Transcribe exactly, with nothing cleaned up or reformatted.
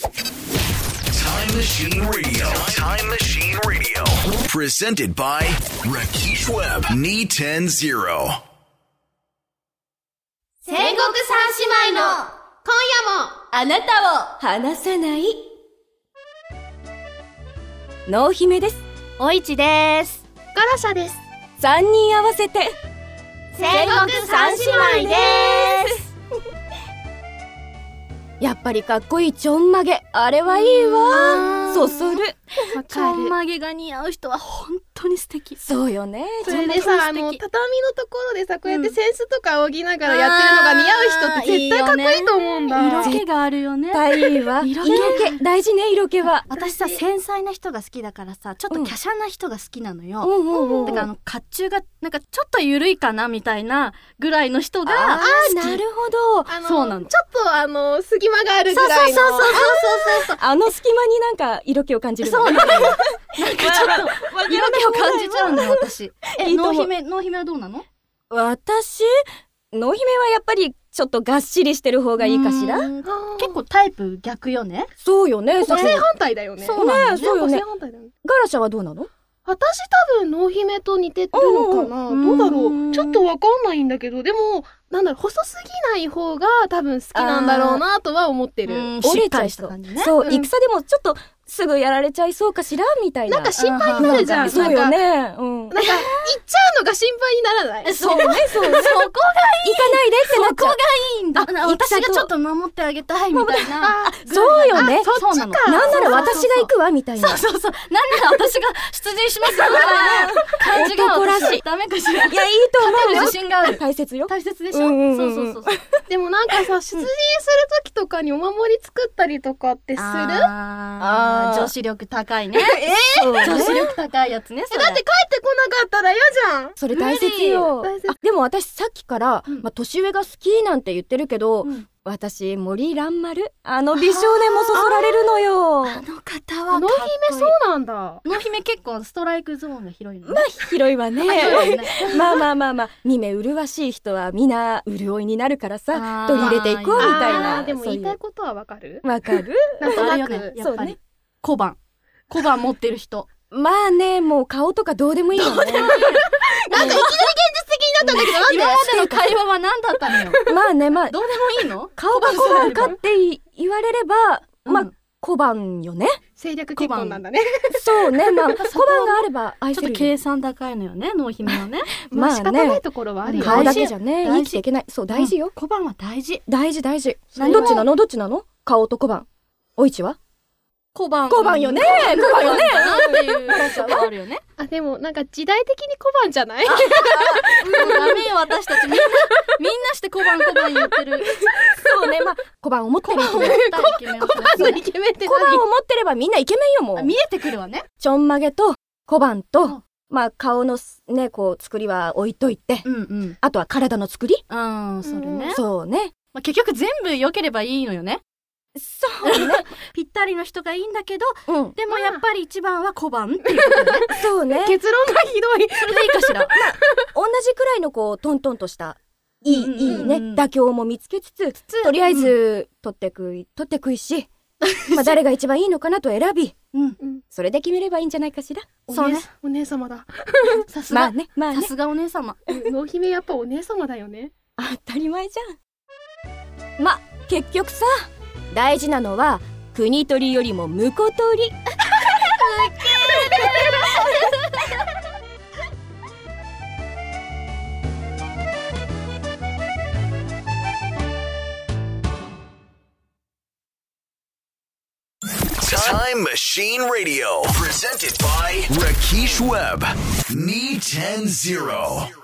Time Machine Radio. Time Machine Radio. Presented by Rakesh Webb.にてんゼロ。 戦国三姉妹の今夜もあなたを離さない。濃姫です。 おいちです。 ガラシャです。 さんにん合わせて戦国三姉妹です。 やっぱりかっこいいちょんまげ、あれはいいわ。そそる。 ちょんまげが似合う人は本当に素敵。 そうよね。 それでさ、あの畳のところでさ、こうやってセンスとか仰ぎながらやってるのが似合う人って絶対かっこいいと思うんだ。 いい色気があるよね。 絶対いいわ。色気大事ね、色気は。 私さ、繊細な人が好きだからさ、ちょっと華奢な人が好きなのよ。 うんうんうん、 だからあの甲冑がなんかちょっと緩いかなみたいなぐらいの人が好き。 ああ、なるほど。 あのそうなの。 ちょっとあの隙間があるぐらいの。 そうそうそうそうそう。あの隙間になんか色気を感じる。 そうなの。なんかちょっと色気を感じちゃうのよ私。え、濃姫濃姫はどうなの？ 私濃姫はやっぱりちょっとがっしりしてる方がいいかしら。 結構タイプ逆よね。 そうよね。 正反対だよね。 そうなんですよね。 正反対だよね。 ガラシャはどうなの？ 私多分濃姫と似てるのかな、うんうん、どうだろう、ちょっとわかんないんだけど、でもなんだろう、細すぎない方が多分好きなんだろうなとは思ってる。 折れちゃいそう、ね、そう、うん、戦でもちょっとすぐやられちゃいそうかしらみたいな。 なんか心配になるじゃん。 そうよね。うん。 なんか行っちゃうのが心配にならない。 そうね、そうね。そこがいい。行かないでってなっちゃう。 そこがいいんだ。私がちょっと守ってあげたいみたいな。 そうよね。 そうなの。 なんなら私が行くわみたいな。 そうそうそう。なんなら私が出陣しますみたいな感じが男らしい。 ダメかしら。 いや、いいと思う。 自信がある。 大切よ。 大切でしょ。そうそうそう。 でもなんかさ、出陣する時とかにお守り作ったりとかってする？ ああ、女子力高いね。 えー、 女子力高いやつね。 え、だって帰ってこなかったら嫌じゃん。 それ大切よ。あ、でも私さっきから、まあ、年上が好きなんて言ってるけど、うん、私森蘭丸、あの美少年もそそられるのよ。 あの方は濃姫そうなんだ。 濃姫結構ストライクゾーンが広いのね。 まあ広いわね。まあまあまあまあ、見目麗しい人はみんな潤いになるからさ、取り入れていこうみたいな。 でも言いたいことはわかる？ わかる？ なんとなく、 やっぱり小判。小判持ってる人。 まあね、もう顔とかどうでもいいよね。なんかいきなり現実的になったんだけど、なんで？ 今までの会話は何だったのよ。 まあね、まあ。 どうでもいいの？ 顔が小判かって言われれば、まあ、小判よね。 政略結婚なんだね。 そうね、まあ、小判があれば愛せる。 ちょっと計算高いのよね、濃姫はね。 まあ仕方ないところはあるよね。 顔だけじゃね、生きていけない。そう、大事よ。 小判は大事。 大事、大事。どっちなの？どっちなの？顔と小判。おいちは？ 小判。 小判よね。小判よね。 なんていうことがあるよね。 あ、でもなんか時代的に小判じゃない？ ダメよ、私たちみんな、みんなして小判小判言ってる。 そうね、まあ、小判を持ってる。 小判を持ってる。 小判のイケメンって何？ 小判を持ってればみんなイケメンよ、もう。 見えてくるわね。 ちょんまげと小判と、まあ顔のね、こう作りは置いといて、 うんうん。 あとは体の作り？ うん、それね。 そうね。 まあ結局全部良ければいいのよね。 そうね。 ぴったりの人がいいんだけど、 うん、 でもやっぱり一番は小判っていうことね。 そうね。 結論がひどい。 それでいいかしら。まあ、 同じくらいのこう、トントンとした、いい、うんうんうん、いいね、妥協も見つけつつ、とりあえず、取ってくい、取ってくいし、まあ誰が一番いいのかなと選び、 うん、 それで決めればいいんじゃないかしら。 そうね。お姉様だ。 さすが。 まあね、まあね。 さすがお姉様。 濃姫やっぱお姉様だよね。 当たり前じゃん。ま、結局さ、大事なのは国取りよりも婿取り。 Time Machine Radio presented by Rakesh Webb. にてんゼロ